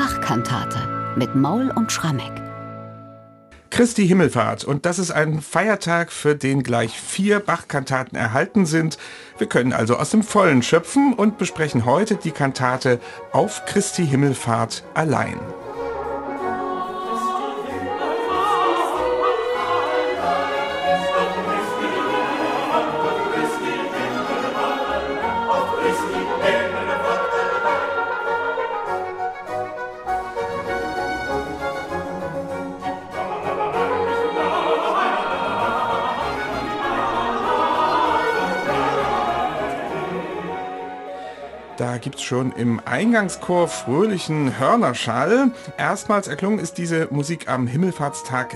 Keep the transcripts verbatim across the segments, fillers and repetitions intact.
Bach-Kantate mit Maul und Schrammeck. Christi Himmelfahrt, und das ist ein Feiertag, für den gleich vier Bach-Kantaten erhalten sind. Wir können also aus dem Vollen schöpfen und besprechen heute die Kantate Auf Christi Himmelfahrt allein. Da gibt es schon im Eingangschor fröhlichen Hörnerschall. Erstmals erklungen ist diese Musik am Himmelfahrtstag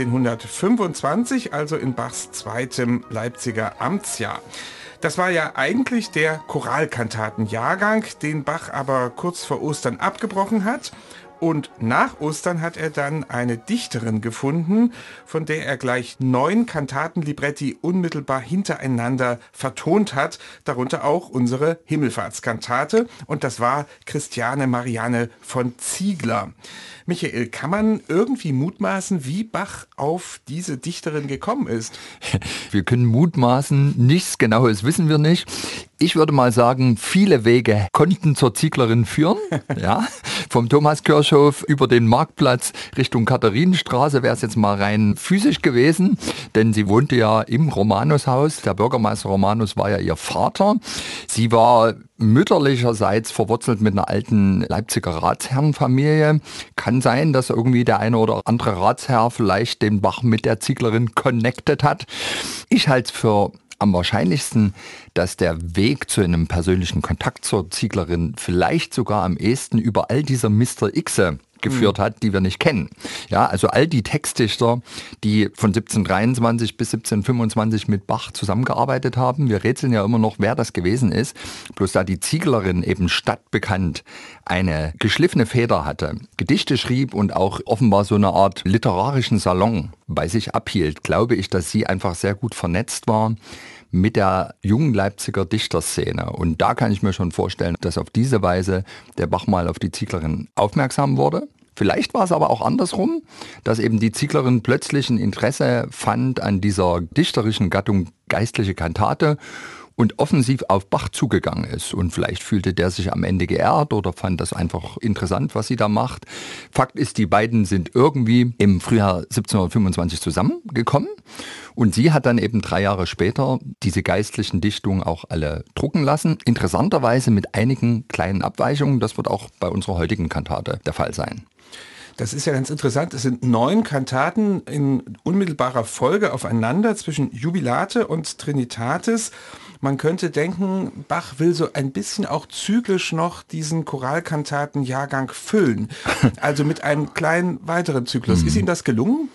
siebzehnhundertfünfundzwanzig, also in Bachs zweitem Leipziger Amtsjahr. Das war ja eigentlich der Choralkantatenjahrgang, den Bach aber kurz vor Ostern abgebrochen hat. Und nach Ostern hat er dann eine Dichterin gefunden, von der er gleich neun Kantatenlibretti unmittelbar hintereinander vertont hat, darunter auch unsere Himmelfahrtskantate. Und das war Christiane Marianne von Ziegler. Michael, kann man irgendwie mutmaßen, wie Bach auf diese Dichterin gekommen ist? Wir können mutmaßen, nichts Genaues wissen wir nicht. Ich würde mal sagen, viele Wege konnten zur Zieglerin führen. Ja, vom Thomaskirchhof über den Marktplatz Richtung Katharinenstraße wäre es jetzt mal rein physisch gewesen, denn sie wohnte ja im Romanushaus. Der Bürgermeister Romanus war ja ihr Vater. Sie war mütterlicherseits verwurzelt mit einer alten Leipziger Ratsherrenfamilie. Kann sein, dass irgendwie der eine oder andere Ratsherr vielleicht den Bach mit der Zieglerin connected hat. Ich halte es für am wahrscheinlichsten, dass der Weg zu einem persönlichen Kontakt zur Zieglerin vielleicht sogar am ehesten über all dieser Mister Xe geführt hat, die wir nicht kennen. Ja, also all die Textdichter, die von siebzehnhundertdreiundzwanzig bis siebzehnhundertfünfundzwanzig mit Bach zusammengearbeitet haben. Wir rätseln ja immer noch, wer das gewesen ist. Bloß da die Zieglerin eben stadtbekannt eine geschliffene Feder hatte, Gedichte schrieb und auch offenbar so eine Art literarischen Salon bei sich abhielt, glaube ich, dass sie einfach sehr gut vernetzt war mit der jungen Leipziger Dichterszene. Und da kann ich mir schon vorstellen, dass auf diese Weise der Bach mal auf die Zieglerin aufmerksam wurde. Vielleicht war es aber auch andersrum, dass eben die Zieglerin plötzlich ein Interesse fand an dieser dichterischen Gattung geistliche Kantate und offensiv auf Bach zugegangen ist. Und vielleicht fühlte der sich am Ende geehrt oder fand das einfach interessant, was sie da macht. Fakt ist, die beiden sind irgendwie im Frühjahr siebzehnhundertfünfundzwanzig zusammengekommen. Und sie hat dann eben drei Jahre später diese geistlichen Dichtungen auch alle drucken lassen. Interessanterweise mit einigen kleinen Abweichungen. Das wird auch bei unserer heutigen Kantate der Fall sein. Das ist ja ganz interessant. Es sind neun Kantaten in unmittelbarer Folge aufeinander zwischen Jubilate und Trinitatis. Man könnte denken, Bach will so ein bisschen auch zyklisch noch diesen Choralkantatenjahrgang füllen. Also mit einem kleinen weiteren Zyklus. Ist ihm das gelungen?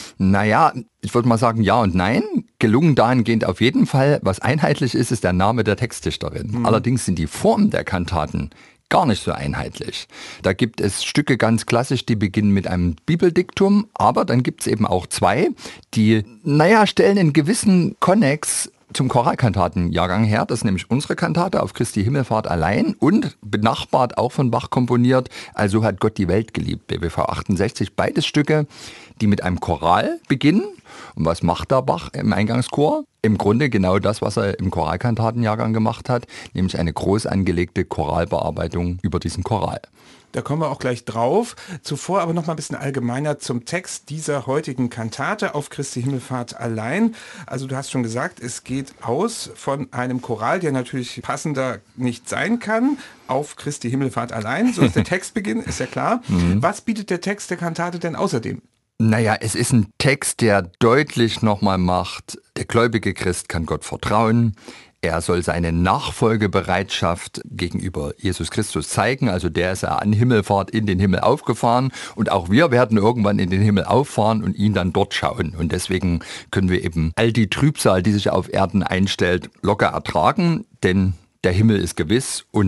Naja, ich würde mal sagen ja und nein. Gelungen dahingehend auf jeden Fall. Was einheitlich ist, ist der Name der Textdichterin. Mhm. Allerdings sind die Formen der Kantaten gar nicht so einheitlich. Da gibt es Stücke ganz klassisch, die beginnen mit einem Bibeldiktum, aber dann gibt es eben auch zwei, die, naja, stellen einen gewissen Konnex zum Choralkantatenjahrgang her. Das ist nämlich unsere Kantate Auf Christi Himmelfahrt allein und benachbart auch von Bach komponiert, Also hat Gott die Welt geliebt, B W V achtundsechzig. Beides Stücke, die mit einem Choral beginnen. Und was macht der Bach im Eingangschor? Im Grunde genau das, was er im Choralkantatenjahrgang gemacht hat, nämlich eine groß angelegte Choralbearbeitung über diesen Choral. Da kommen wir auch gleich drauf. Zuvor aber noch mal ein bisschen allgemeiner zum Text dieser heutigen Kantate Auf Christi Himmelfahrt allein. Also du hast schon gesagt, es geht aus von einem Choral, der natürlich passender nicht sein kann. Auf Christi Himmelfahrt allein, so ist der Textbeginn, ist ja klar. Mhm. Was bietet der Text der Kantate denn außerdem? Naja, es ist ein Text, der deutlich nochmal macht, der gläubige Christ kann Gott vertrauen. Er soll seine Nachfolgebereitschaft gegenüber Jesus Christus zeigen. Also der ist ja an Himmelfahrt in den Himmel aufgefahren. Und auch wir werden irgendwann in den Himmel auffahren und ihn dann dort schauen. Und deswegen können wir eben all die Trübsal, die sich auf Erden einstellt, locker ertragen. Denn der Himmel ist gewiss und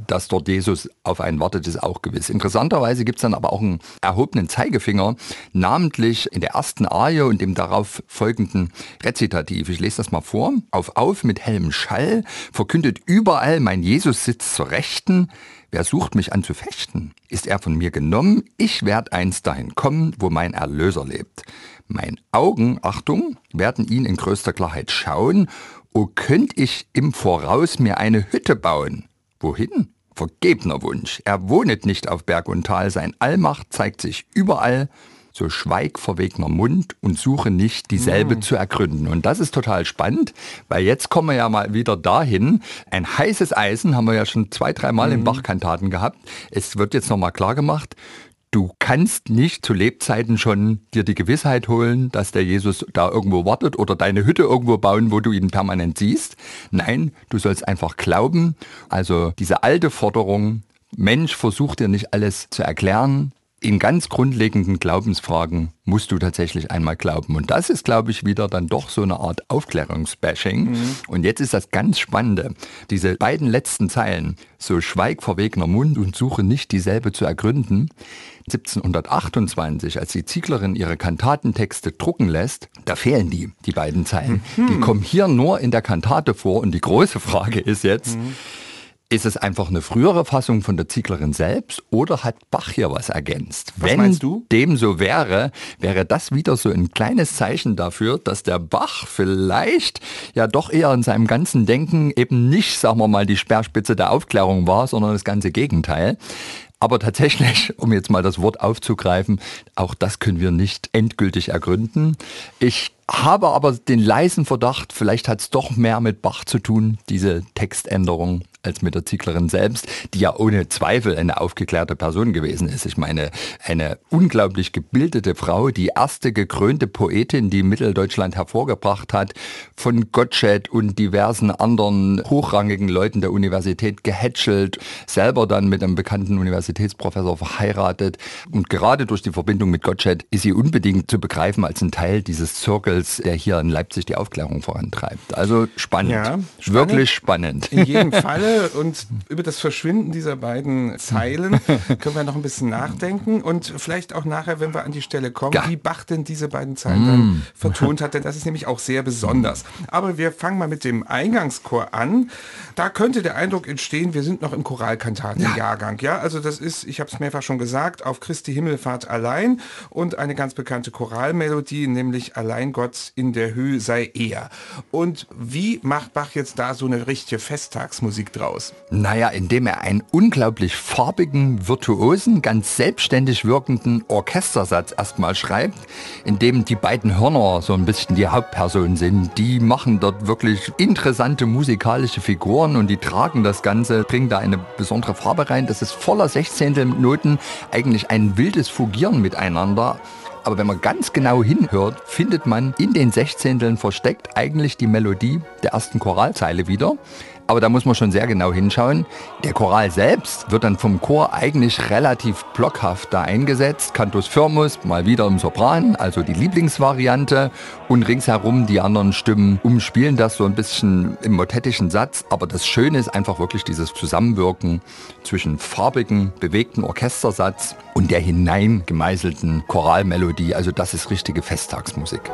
dass dort Jesus auf einen wartet, ist auch gewiss. Interessanterweise gibt es dann aber auch einen erhobenen Zeigefinger, namentlich in der ersten Arie und dem darauf folgenden Rezitativ. Ich lese das mal vor. Auf, auf mit hellem Schall, verkündet überall, mein Jesus sitzt zur Rechten. Wer sucht mich an zu fechten? Ist er von mir genommen? Ich werd einst dahin kommen, wo mein Erlöser lebt. Mein Augen, Achtung, werden ihn in größter Klarheit schauen. O könnt ich im Voraus mir eine Hütte bauen. Wohin? Vergebener Wunsch. Er wohnet nicht auf Berg und Tal. Sein Allmacht zeigt sich überall. So schweig verwegner Mund und suche nicht, dieselbe mm. zu ergründen. Und das ist total spannend, weil jetzt kommen wir ja mal wieder dahin. Ein heißes Eisen haben wir ja schon zwei, dreimal mm. in Bach-Kantaten gehabt. Es wird jetzt nochmal klar gemacht, du kannst nicht zu Lebzeiten schon dir die Gewissheit holen, dass der Jesus da irgendwo wartet oder deine Hütte irgendwo bauen, wo du ihn permanent siehst. Nein, du sollst einfach glauben. Also diese alte Forderung, Mensch, versuch dir nicht alles zu erklären. In ganz grundlegenden Glaubensfragen musst du tatsächlich einmal glauben. Und das ist, glaube ich, wieder dann doch so eine Art Aufklärungsbashing. Mhm. Und jetzt ist das ganz Spannende. Diese beiden letzten Zeilen, so schweig verwegner Mund und suche nicht dieselbe zu ergründen. siebzehnhundertachtundzwanzig, als die Zieglerin ihre Kantatentexte drucken lässt, da fehlen die, die beiden Zeilen. Mhm. Die kommen hier nur in der Kantate vor. Und die große Frage ist jetzt, mhm. ist es einfach eine frühere Fassung von der Zieglerin selbst oder hat Bach hier was ergänzt? Was Wenn meinst du? Dem so wäre, wäre das wieder so ein kleines Zeichen dafür, dass der Bach vielleicht ja doch eher in seinem ganzen Denken eben nicht, sagen wir mal, die Speerspitze der Aufklärung war, sondern das ganze Gegenteil. Aber tatsächlich, um jetzt mal das Wort aufzugreifen, auch das können wir nicht endgültig ergründen. Ich habe aber den leisen Verdacht, vielleicht hat es doch mehr mit Bach zu tun, diese Textänderung, als mit der Zieglerin selbst, die ja ohne Zweifel eine aufgeklärte Person gewesen ist. Ich meine, eine unglaublich gebildete Frau, die erste gekrönte Poetin, die Mitteldeutschland hervorgebracht hat, von Gottsched und diversen anderen hochrangigen Leuten der Universität gehätschelt, selber dann mit einem bekannten Universitätsprofessor verheiratet. Und gerade durch die Verbindung mit Gottsched ist sie unbedingt zu begreifen als ein Teil dieses Zirkels, der hier in Leipzig die Aufklärung vorantreibt. Also spannend, ja, spannend. Wirklich spannend. In jedem Falle. Und über das Verschwinden dieser beiden Zeilen können wir noch ein bisschen nachdenken und vielleicht auch nachher, wenn wir an die Stelle kommen, ja. wie Bach denn diese beiden Zeilen mm. dann vertont hat, denn das ist nämlich auch sehr besonders. Aber wir fangen mal mit dem Eingangschor an. Da könnte der Eindruck entstehen, wir sind noch im Choralkantatenjahrgang. Ja, also das ist, ich habe es mehrfach schon gesagt, auf Christi Himmelfahrt allein und eine ganz bekannte Choralmelodie, nämlich Allein Gott in der Höhe sei er. Und wie macht Bach jetzt da so eine richtige Festtagsmusik draus? Naja, indem er einen unglaublich farbigen, virtuosen, ganz selbstständig wirkenden Orchestersatz erstmal schreibt, in dem die beiden Hörner so ein bisschen die Hauptpersonen sind. Die machen dort wirklich interessante musikalische Figuren und die tragen das Ganze, bringen da eine besondere Farbe rein. Das ist voller Sechzehntelnoten, eigentlich ein wildes Fugieren miteinander. Aber wenn man ganz genau hinhört, findet man in den Sechzehnteln versteckt eigentlich die Melodie der ersten Choralzeile wieder. Aber da muss man schon sehr genau hinschauen. Der Choral selbst wird dann vom Chor eigentlich relativ blockhaft da eingesetzt. Cantus firmus, mal wieder im Sopran, also die Lieblingsvariante. Und ringsherum die anderen Stimmen umspielen das so ein bisschen im motettischen Satz. Aber das Schöne ist einfach wirklich dieses Zusammenwirken zwischen farbigen, bewegten Orchestersatz und der hineingemeißelten Choralmelodie. Also das ist richtige Festtagsmusik.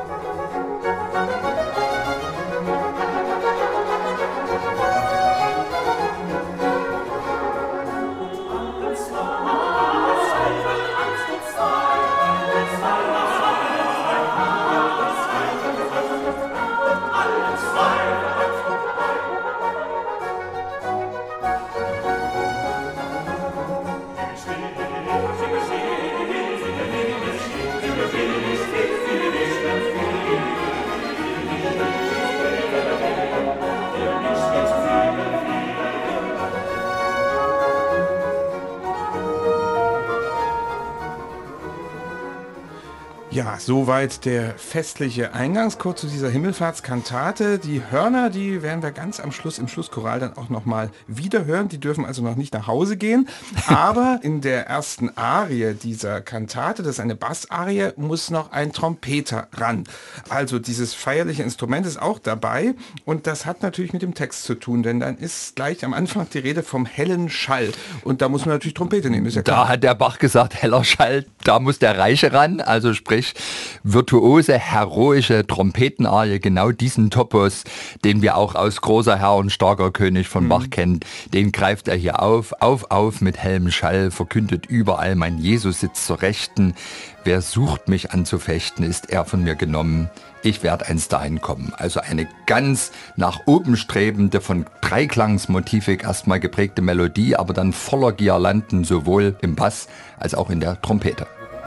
Soweit der festliche Eingangschor zu dieser Himmelfahrtskantate. Die Hörner, die werden wir ganz am Schluss im Schlusschoral dann auch nochmal wieder hören. Die dürfen also noch nicht nach Hause gehen. Aber in der ersten Arie dieser Kantate, das ist eine Bassarie, muss noch ein Trompeter ran. Also dieses feierliche Instrument ist auch dabei und das hat natürlich mit dem Text zu tun, denn dann ist gleich am Anfang die Rede vom hellen Schall und da muss man natürlich Trompete nehmen, ist ja klar. Da hat der Bach gesagt, heller Schall, da muss der Reiche ran, also sprich virtuose, heroische Trompetenarie, genau diesen Topos, den wir auch aus Großer Herr und starker König von Bach mhm. kennen, den greift er hier auf, auf, auf mit hellem Schall, verkündet überall, mein Jesus sitzt zur Rechten, wer sucht mich anzufechten, ist er von mir genommen, ich werde einst dahin kommen. Also eine ganz nach oben strebende, von Dreiklangsmotivik erstmal geprägte Melodie, aber dann voller Girlanden, sowohl im Bass als auch in der Trompete.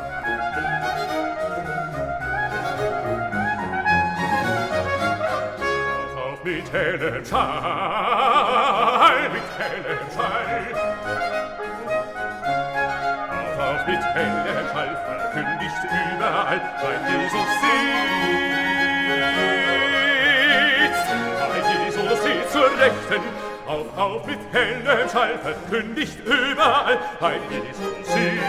Mit hellem Schall, mit hellem Schall. Auf, auf, mit hellem Schall verkündigt überall, mein Jesus sitzt. Mein Jesus sitzt zur Rechten. Auf, auf, mit hellem Schall verkündigt überall, mein Jesus sitzt.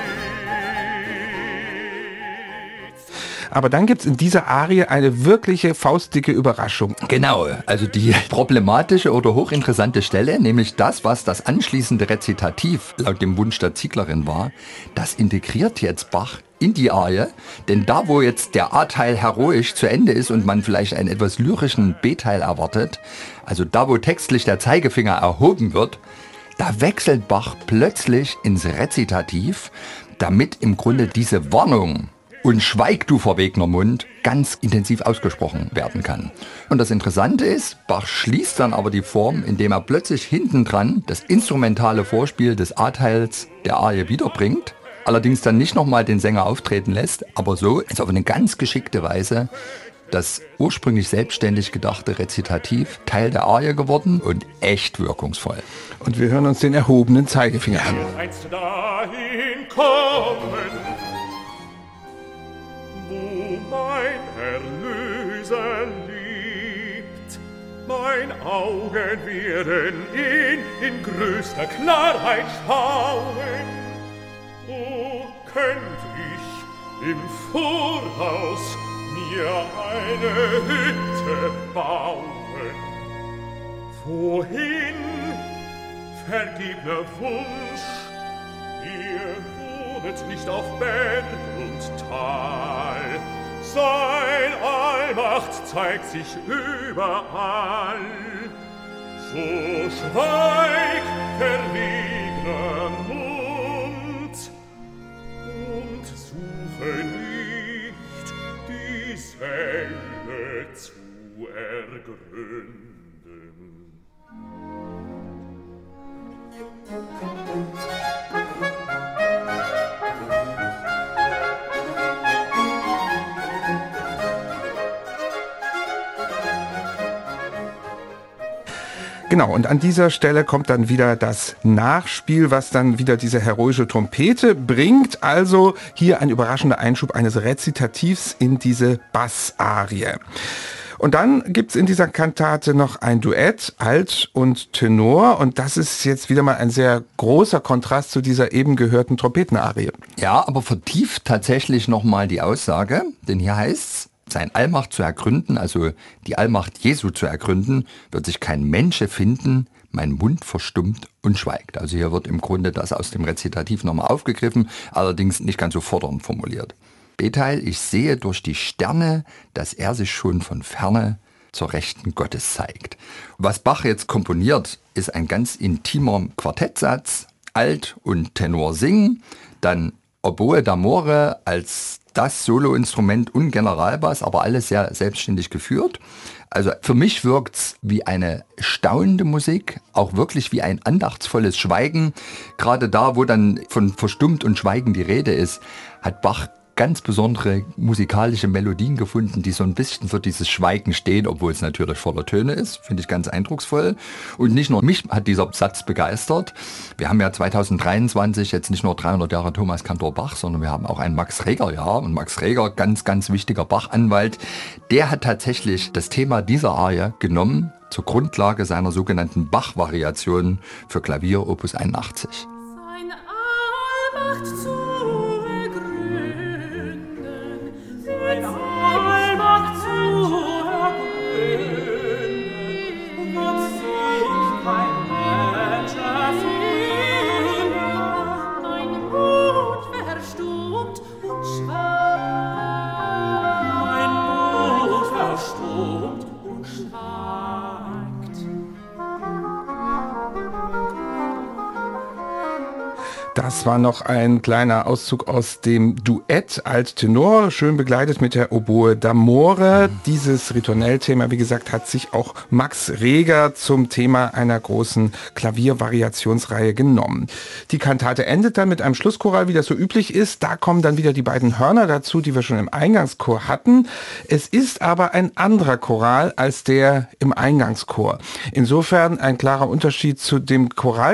Aber dann gibt's in dieser Arie eine wirkliche faustdicke Überraschung. Genau, also die problematische oder hochinteressante Stelle, nämlich das, was das anschließende Rezitativ laut dem Wunsch der Zieglerin war, das integriert jetzt Bach in die Arie, denn da, wo jetzt der A-Teil heroisch zu Ende ist und man vielleicht einen etwas lyrischen B-Teil erwartet, also da, wo textlich der Zeigefinger erhoben wird, da wechselt Bach plötzlich ins Rezitativ, damit im Grunde diese Warnung und schweig, du verwegner Mund, ganz intensiv ausgesprochen werden kann. Und das Interessante ist, Bach schließt dann aber die Form, indem er plötzlich hintendran das instrumentale Vorspiel des A-Teils der Arie wiederbringt, allerdings dann nicht nochmal den Sänger auftreten lässt, aber so ist auf eine ganz geschickte Weise das ursprünglich selbstständig gedachte Rezitativ Teil der Arie geworden und echt wirkungsvoll. Und wir hören uns den erhobenen Zeigefinger an. Einst dahin kommen, wo mein Erlöser lebt, mein Augen werden ihn in größter Klarheit schauen. O könnt ich im Voraus mir eine Hütte bauen, wohin vergebner Wunsch, ihr wohnet nicht auf Berg und Tal, sein Allmacht zeigt sich überall. So schweig, verwegner Mund, und suche nicht, dieselbe zu ergründen. Genau, und an dieser Stelle kommt dann wieder das Nachspiel, was dann wieder diese heroische Trompete bringt. Also hier ein überraschender Einschub eines Rezitativs in diese Bassarie. Und dann gibt's in dieser Kantate noch ein Duett, Alt und Tenor. Und das ist jetzt wieder mal ein sehr großer Kontrast zu dieser eben gehörten Trompetenarie. Ja, aber vertieft tatsächlich nochmal die Aussage, denn hier heißt's, sein Allmacht zu ergründen, also die Allmacht Jesu zu ergründen, wird sich kein Mensch finden, mein Mund verstummt und schweigt. Also hier wird im Grunde das aus dem Rezitativ nochmal aufgegriffen, allerdings nicht ganz so fordernd formuliert. B-Teil, ich sehe durch die Sterne, dass er sich schon von Ferne zur Rechten Gottes zeigt. Was Bach jetzt komponiert, ist ein ganz intimer Quartettsatz, Alt und Tenor singen, dann Oboe d'Amore als das Soloinstrument und Generalbass, aber alles sehr selbstständig geführt. Also für mich wirkt's wie eine staunende Musik, auch wirklich wie ein andachtsvolles Schweigen. Gerade da, wo dann von verstummt und Schweigen die Rede ist, hat Bach ganz besondere musikalische Melodien gefunden, die so ein bisschen für dieses Schweigen stehen, obwohl es natürlich voller Töne ist. Finde ich ganz eindrucksvoll. Und nicht nur mich hat dieser Satz begeistert. Wir haben ja zweitausenddreiundzwanzig jetzt nicht nur dreihundert Jahre Thomas Cantor Bach, sondern wir haben auch ein Max Reger-Jahr. Und Max Reger, ganz, ganz wichtiger Bach-Anwalt, der hat tatsächlich das Thema dieser Arie genommen zur Grundlage seiner sogenannten Bach-Variation für Klavier Opus einundachtzig. Sein Allmacht zu ergründen, sein Allmacht zu ergründen, wird sich kein Mensch erfinden, mein Mut verstummt und schweigt, mein Mut verstummt und schweigt. Das war noch ein kleiner Auszug aus dem Duett Alt-Tenor, schön begleitet mit der Oboe d'Amore. Dieses Ritornell-Thema, wie gesagt, hat sich auch Max Reger zum Thema einer großen Klaviervariationsreihe genommen. Die Kantate endet dann mit einem Schlusschoral, wie das so üblich ist. Da kommen dann wieder die beiden Hörner dazu, die wir schon im Eingangschor hatten. Es ist aber ein anderer Choral als der im Eingangschor. Insofern ein klarer Unterschied zu dem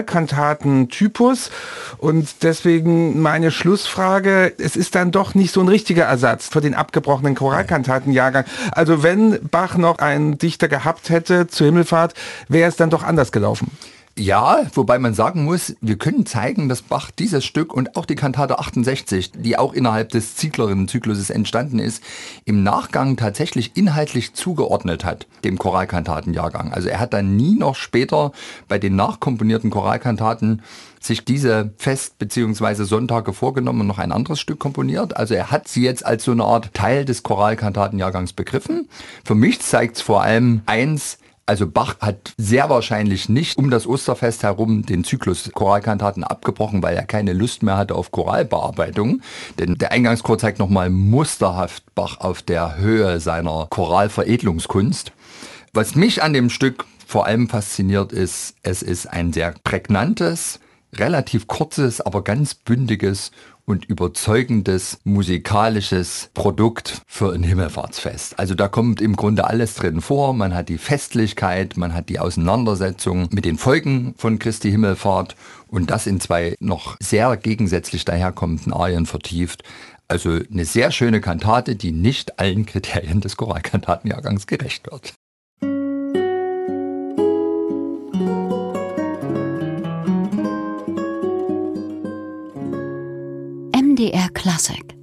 Choralkantaten-Typus. Und deswegen meine Schlussfrage, es ist dann doch nicht so ein richtiger Ersatz für den abgebrochenen Choralkantatenjahrgang. Also wenn Bach noch einen Dichter gehabt hätte zur Himmelfahrt, wäre es dann doch anders gelaufen. Ja, wobei man sagen muss, wir können zeigen, dass Bach dieses Stück und auch die Kantate achtundsechzig, die auch innerhalb des Zieglerinnen-Zykluses entstanden ist, im Nachgang tatsächlich inhaltlich zugeordnet hat, dem Choralkantatenjahrgang. Also er hat dann nie noch später bei den nachkomponierten Choralkantaten sich diese Fest- bzw. Sonntage vorgenommen und noch ein anderes Stück komponiert. Also er hat sie jetzt als so eine Art Teil des Choralkantatenjahrgangs begriffen. Für mich zeigt es vor allem eins: Also Bach hat sehr wahrscheinlich nicht um das Osterfest herum den Zyklus Choralkantaten abgebrochen, weil er keine Lust mehr hatte auf Choralbearbeitung. Denn der Eingangschor zeigt nochmal musterhaft Bach auf der Höhe seiner Choralveredlungskunst. Was mich an dem Stück vor allem fasziniert ist, es ist ein sehr prägnantes, relativ kurzes, aber ganz bündiges und überzeugendes musikalisches Produkt für ein Himmelfahrtsfest. Also da kommt im Grunde alles drin vor. Man hat die Festlichkeit, man hat die Auseinandersetzung mit den Folgen von Christi Himmelfahrt und das in zwei noch sehr gegensätzlich daherkommenden Arien vertieft. Also eine sehr schöne Kantate, die nicht allen Kriterien des Choralkantatenjahrgangs gerecht wird. M D R Klassik